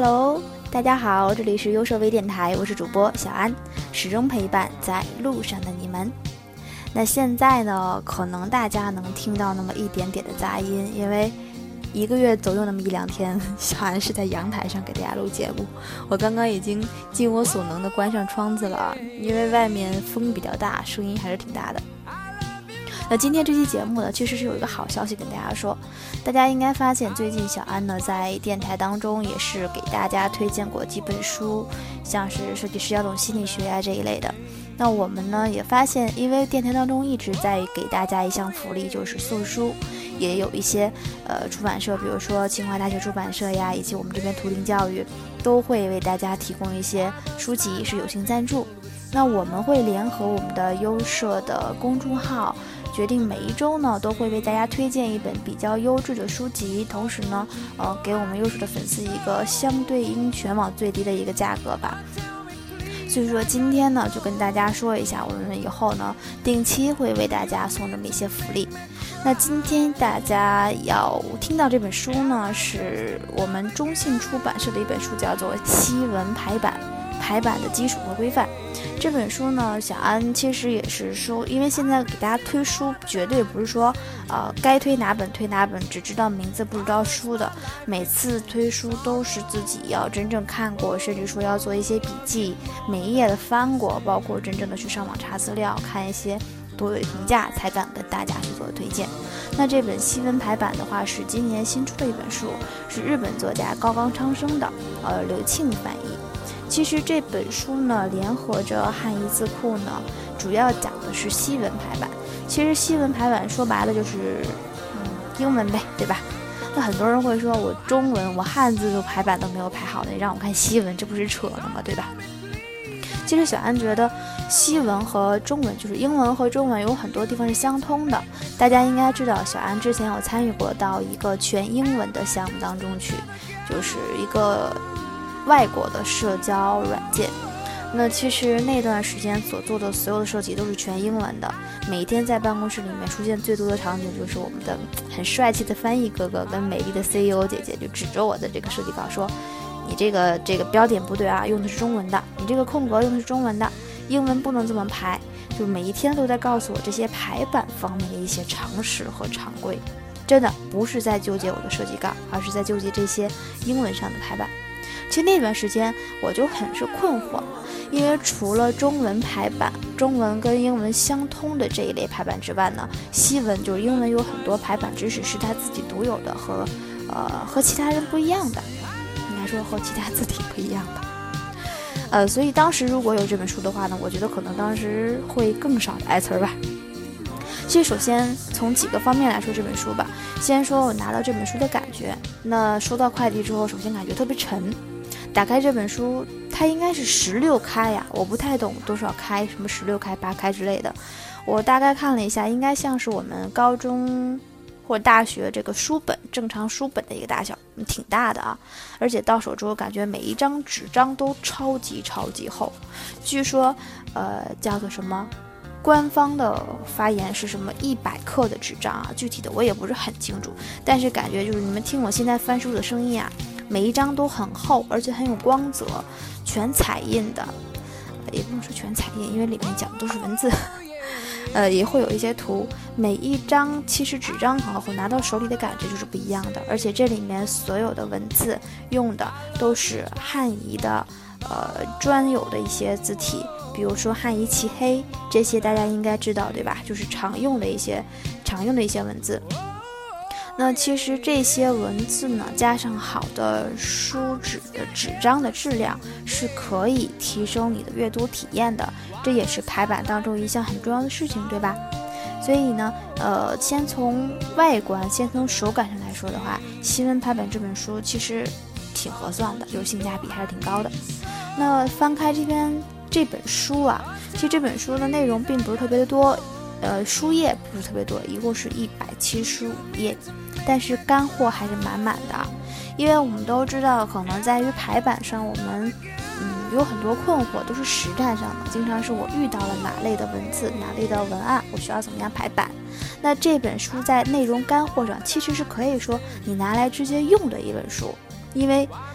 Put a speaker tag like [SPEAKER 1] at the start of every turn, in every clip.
[SPEAKER 1] Hello， 大家好，这里是优设微电台，我是主播小安，始终陪伴在路上的你们。那现在呢，可能大家能听到那么一点点的杂音，因为1个月总有那么1-2天，小安是在阳台上给大家录节目。我刚刚已经尽我所能的关上窗子了，因为外面风比较大，声音还是挺大的。那今天这期节目呢，其实是有一个好消息跟大家说。大家应该发现，最近小安呢在电台当中也是给大家推荐过几本书，像是设计师要懂心理学啊这一类的。那我们呢也发现，因为电台当中一直在给大家一项福利，就是送书，也有一些出版社，比如说清华大学出版社呀，以及我们这边图灵教育，都会为大家提供一些书籍是友情赞助。那我们会联合我们的优设的公众号，决定每一周呢都会为大家推荐一本比较优质的书籍，同时呢给我们优设的粉丝一个相对应全网最低的一个价格吧。所以说今天呢就跟大家说一下，我们以后呢定期会为大家送这么一些福利。那今天大家要听到这本书呢，是我们中信出版社的一本书，叫做《西文排版的基础和规范》。这本书呢，小安其实也是说，因为现在给大家推书，绝对不是说该推哪本推哪本，只知道名字不知道书的。每次推书都是自己要真正看过，甚至说要做一些笔记，每一页的翻过，包括真正的去上网查资料，看一些多有评价，才敢跟大家去做推荐。那这本西文排版的话，是今年新出的一本书，是日本作家高冈昌生的，刘庆翻译。其实这本书呢，联合着汉译字库呢，主要讲的是西文排版。其实西文排版说白了就是英文呗，对吧？那很多人会说，我中文我汉字的排版都没有排好的，你让我看西文，这不是扯呢吗？对吧？其实小安觉得西文和中文，就是英文和中文有很多地方是相通的。大家应该知道，小安之前有参与过到一个全英文的项目当中去，就是一个外国的社交软件。那其实那段时间所做的所有的设计都是全英文的，每天在办公室里面出现最多的场景就是我们的很帅气的翻译哥哥跟美丽的 CEO 姐姐就指着我的这个设计稿说，你这个标点不对啊，用的是中文的，你这个空格用的是中文的，英文不能这么排。就每一天都在告诉我这些排版方面的一些常识和常规，真的不是在纠结我的设计稿，而是在纠结这些英文上的排版。其实那段时间我就很是困惑，因为除了中文排版，中文跟英文相通的这一类排版之外呢，西文就是英文有很多排版知识是它自己独有的，和其他人不一样的，应该说和其他字体不一样的。所以当时如果有这本书的话呢，我觉得可能当时会更少的挨词儿吧。其实首先从几个方面来说这本书吧，先说我拿到这本书的感觉。那收到快递之后，首先感觉特别沉。打开这本书，它应该是16开呀，我不太懂多少开，什么16开、8开之类的。我大概看了一下，应该像是我们高中或者大学这个书本，正常书本的一个大小，挺大的啊。而且到手之后，感觉每一张纸张都超级厚。据说，叫做什么？官方的发言是什么100克的纸张啊？具体的我也不是很清楚，但是感觉就是你们听我现在翻书的声音啊，每一张都很厚，而且很有光泽，全彩印的，也不能说全彩印，因为里面讲的都是文字。也会有一些图，每一张其实纸张很厚，拿到手里的感觉就是不一样的。而且这里面所有的文字用的都是汉仪的专有的一些字体，比如说汉仪旗黑，这些大家应该知道对吧？就是常用的一些文字。那其实这些文字呢，加上好的书纸的纸张的质量，是可以提升你的阅读体验的，这也是排版当中一项很重要的事情，对吧？所以呢，先从外观，先从手感上来说的话，西文排版这本书其实挺合算的，就是性价比还是挺高的。那翻开这本书啊，其实这本书的内容并不是特别的多，书页不是特别多，一共是175页，但是干货还是满满的。因为我们都知道，可能在于排版上，我们有很多困惑，都是实战上的，经常是我遇到了哪类的文字，哪类的文案，我需要怎么样排版。那这本书在内容干货上，其实是可以说你拿来直接用的一本书，因为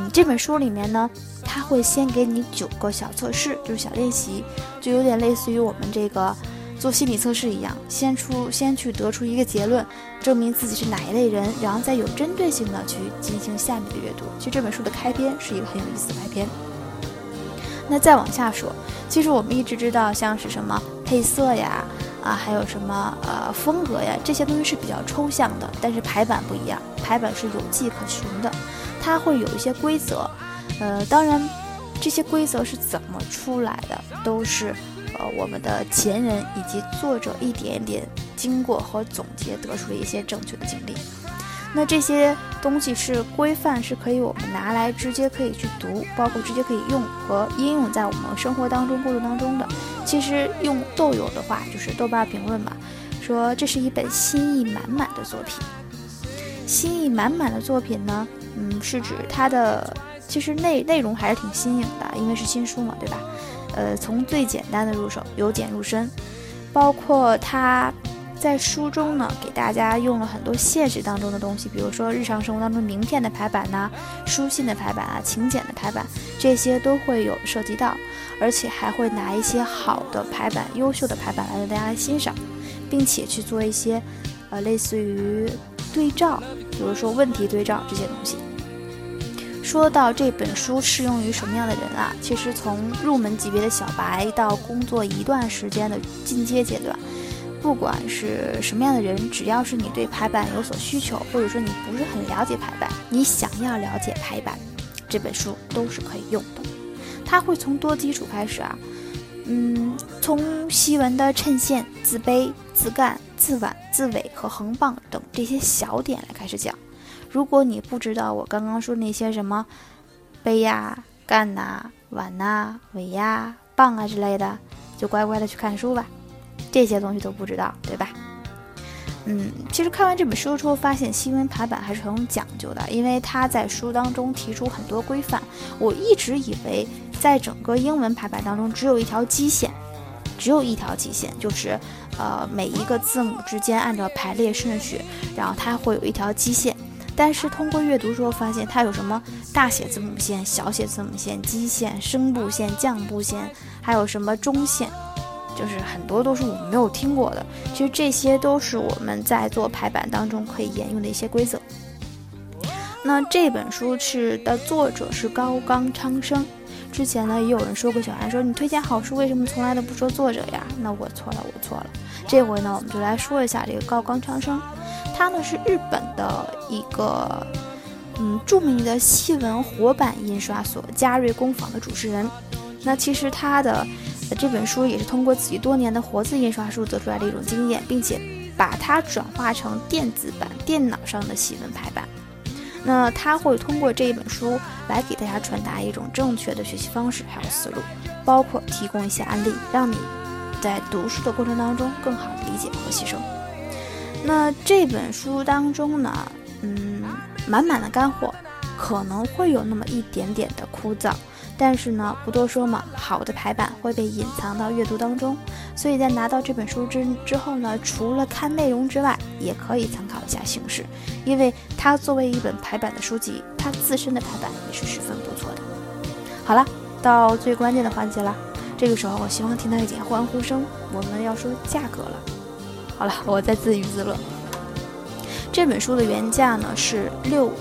[SPEAKER 1] 这本书里面呢，它会先给你9个小测试，就是小练习，就有点类似于我们这个做心理测试一样，先去得出一个结论，证明自己是哪一类人，然后再有针对性的去进行下面的阅读。其实这本书的开篇是一个很有意思的开篇。那再往下说，其实我们一直知道像是什么配色呀，还有什么风格呀，这些东西是比较抽象的，但是排版不一样，排版是有迹可循的，它会有一些规则，当然这些规则是怎么出来的，都是我们的前人以及作者一点点经过和总结得出了一些正确的经历。那这些东西是规范，是可以我们拿来直接可以去读，包括直接可以用和应用在我们生活当中过程当中的。其实用豆友的话，就是豆瓣评论吧，说这是一本心意满满的作品。心意满满的作品呢，是指它的其实内容还是挺新颖的，因为是新书嘛，对吧？从最简单的入手，由简入深，包括它在书中呢，给大家用了很多现实当中的东西，比如说日常生活当中名片的排版书信的排版请柬的排版，这些都会有涉及到，而且还会拿一些好的排版、优秀的排版来让大家来欣赏，并且去做一些类似于对照，比如说问题对照这些东西。说到这本书适用于什么样的人啊？其实从入门级别的小白到工作一段时间的进阶阶段，不管是什么样的人，只要是你对排版有所需求，或者说你不是很了解排版，你想要了解排版，这本书都是可以用的。它会从多基础开始啊，从西文的衬线、字碑、字干、字碗、字尾和横棒等这些小点来开始讲。如果你不知道我刚刚说那些什么碑呀、干呐、碗呐、尾呀、棒啊之类的，就乖乖的去看书吧。这些东西都不知道，对吧？其实看完这本书之后，发现西文排版还是很有讲究的，因为他在书当中提出很多规范。我一直以为在整个英文排版当中只有一条基线，就是每一个字母之间按照排列顺序，然后它会有一条基线。但是通过阅读之后发现，它有什么大写字母线、小写字母线、基线、声部线、降部线，还有什么中线，就是很多都是我们没有听过的。其实这些都是我们在做排版当中可以沿用的一些规则。那这本书的作者是高冈昌生。之前呢也有人说过，小安说你推荐好书为什么从来都不说作者呀？那我错了。这回呢我们就来说一下这个高冈昌生。他呢是日本的一个著名的西文活版印刷所嘉瑞工坊的主持人。那其实他的这本书也是通过自己多年的活字印刷术得出来的一种经验，并且把它转化成电子版电脑上的西文排版。那他会通过这一本书来给大家传达一种正确的学习方式还有思路，包括提供一些案例，让你在读书的过程当中更好的理解和吸收。那这本书当中呢，满满的干货，可能会有那么一点点的枯燥，但是呢，不多说嘛，好的排版会被隐藏到阅读当中，所以在拿到这本书之后呢，除了看内容之外，也可以参考一下形式，因为它作为一本排版的书籍，它自身的排版也是十分不错的。好了，到最关键的环节了，这个时候我希望听到一点欢呼声，我们要说价格了。好了，我在自娱自乐。这本书的原价呢是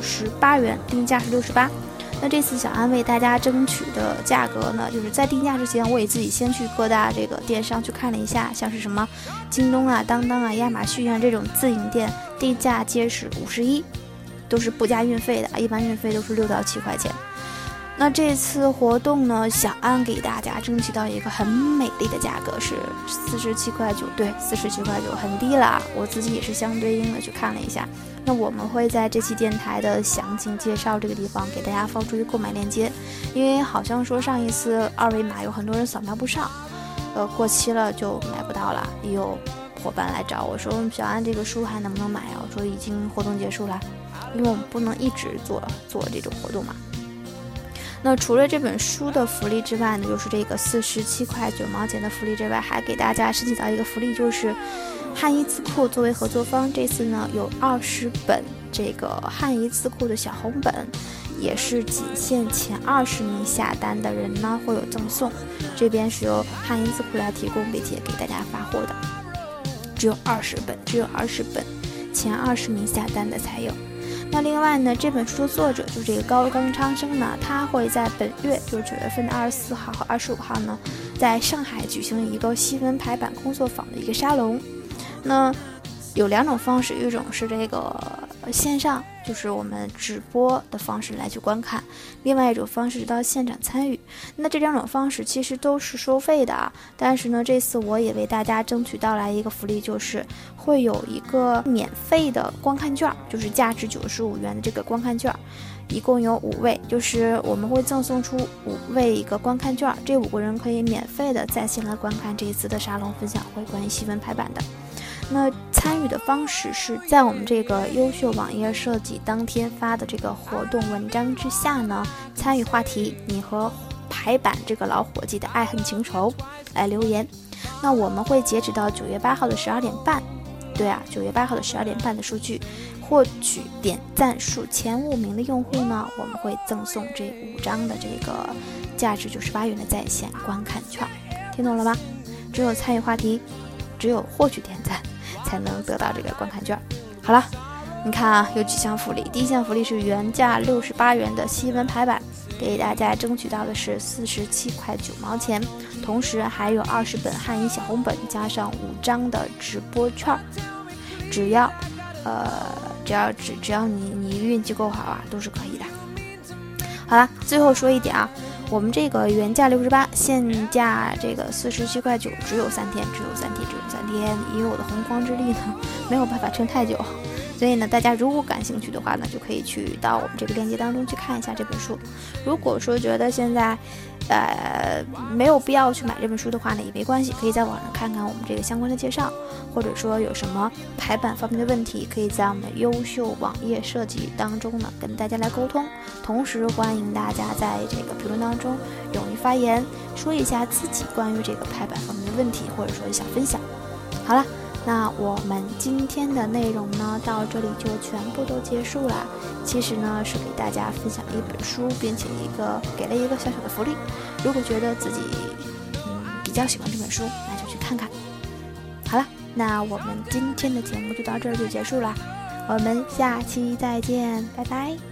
[SPEAKER 1] 68元，定价是68。那这次小安为大家争取的价格呢，就是在定价之前，我也自己先去各大这个电商去看了一下，像是什么京东啊、当当啊、亚马逊啊这种自营店，定价皆是51，都是不加运费的，一般运费都是6到7块钱。那这次活动呢，小安给大家争取到一个很美丽的价格，是47.9块，对，47.9块，很低了。我自己也是相对应的去看了一下。那我们会在这期电台的详情介绍这个地方给大家放出一个购买链接，因为好像说上一次二维码有很多人扫描不上，过期了就买不到了。也有伙伴来找我说，小安这个书还能不能买啊？我说已经活动结束了，因为我们不能一直做这种活动嘛。那除了这本书的福利之外呢，就是这个47.9块的福利之外，还给大家申请到一个福利，就是汉仪字库作为合作方，这次呢有20本这个汉仪字库的小红本， 也是仅限前20名下单的人呢会有赠送，这边是由汉英字库来提供并且给大家发货的，只有20本，前20名下单的才有。那另外呢，这本书的作者就是这个高更昌生呢，他会在本月就是9月份的24号和25号呢，在上海举行一个新闻排版工作坊的一个沙龙。那有2种方式，一种是这个线上，就是我们直播的方式来去观看，另外一种方式是到现场参与。那这2种方式其实都是收费的啊，但是呢，这次我也为大家争取到来一个福利，就是会有一个免费的观看券，就是价值95元的这个观看券，一共有5位，就是我们会赠送出5位一个观看券，这5个人可以免费的在线来观看这一次的沙龙分享会，关于新闻排版的。那参与的方式是在我们这个优秀网页设计当天发的这个活动文章之下呢，参与话题你和排版这个老伙计的爱恨情仇来留言。那我们会截止到9月8号的12点半，对啊，9月8号的12点半的数据，获取点赞数前5名的用户呢，我们会赠送这5张的这个价值98元的在线观看券，听懂了吗？只有参与话题，只有获取点赞才能得到这个观看券。好了，你看啊，有几项福利。第一项福利是原价68元的新闻排版，给大家争取到的是47块9毛钱，同时还有20本汉语小红本加上5张的直播券，只要你运气够好啊，都是可以的。好了，最后说一点啊，我们这个原价68，现价这个47块9，只有3天，因为我的洪荒之力呢没有办法撑太久，所以呢，大家如果感兴趣的话呢，就可以去到我们这个链接当中去看一下这本书。如果说觉得现在没有必要去买这本书的话呢，也没关系，可以在网上看看我们这个相关的介绍，或者说有什么排版方面的问题，可以在我们优秀网页设计当中呢跟大家来沟通。同时欢迎大家在这个评论当中勇于发言，说一下自己关于这个排版方面的问题，或者说想分享。好了，那我们今天的内容呢到这里就全部都结束了。其实呢是给大家分享了一本书，并且给了一个小小的福利。如果觉得自己比较喜欢这本书，那就去看看。好了，那我们今天的节目就到这儿就结束了，我们下期再见，拜拜。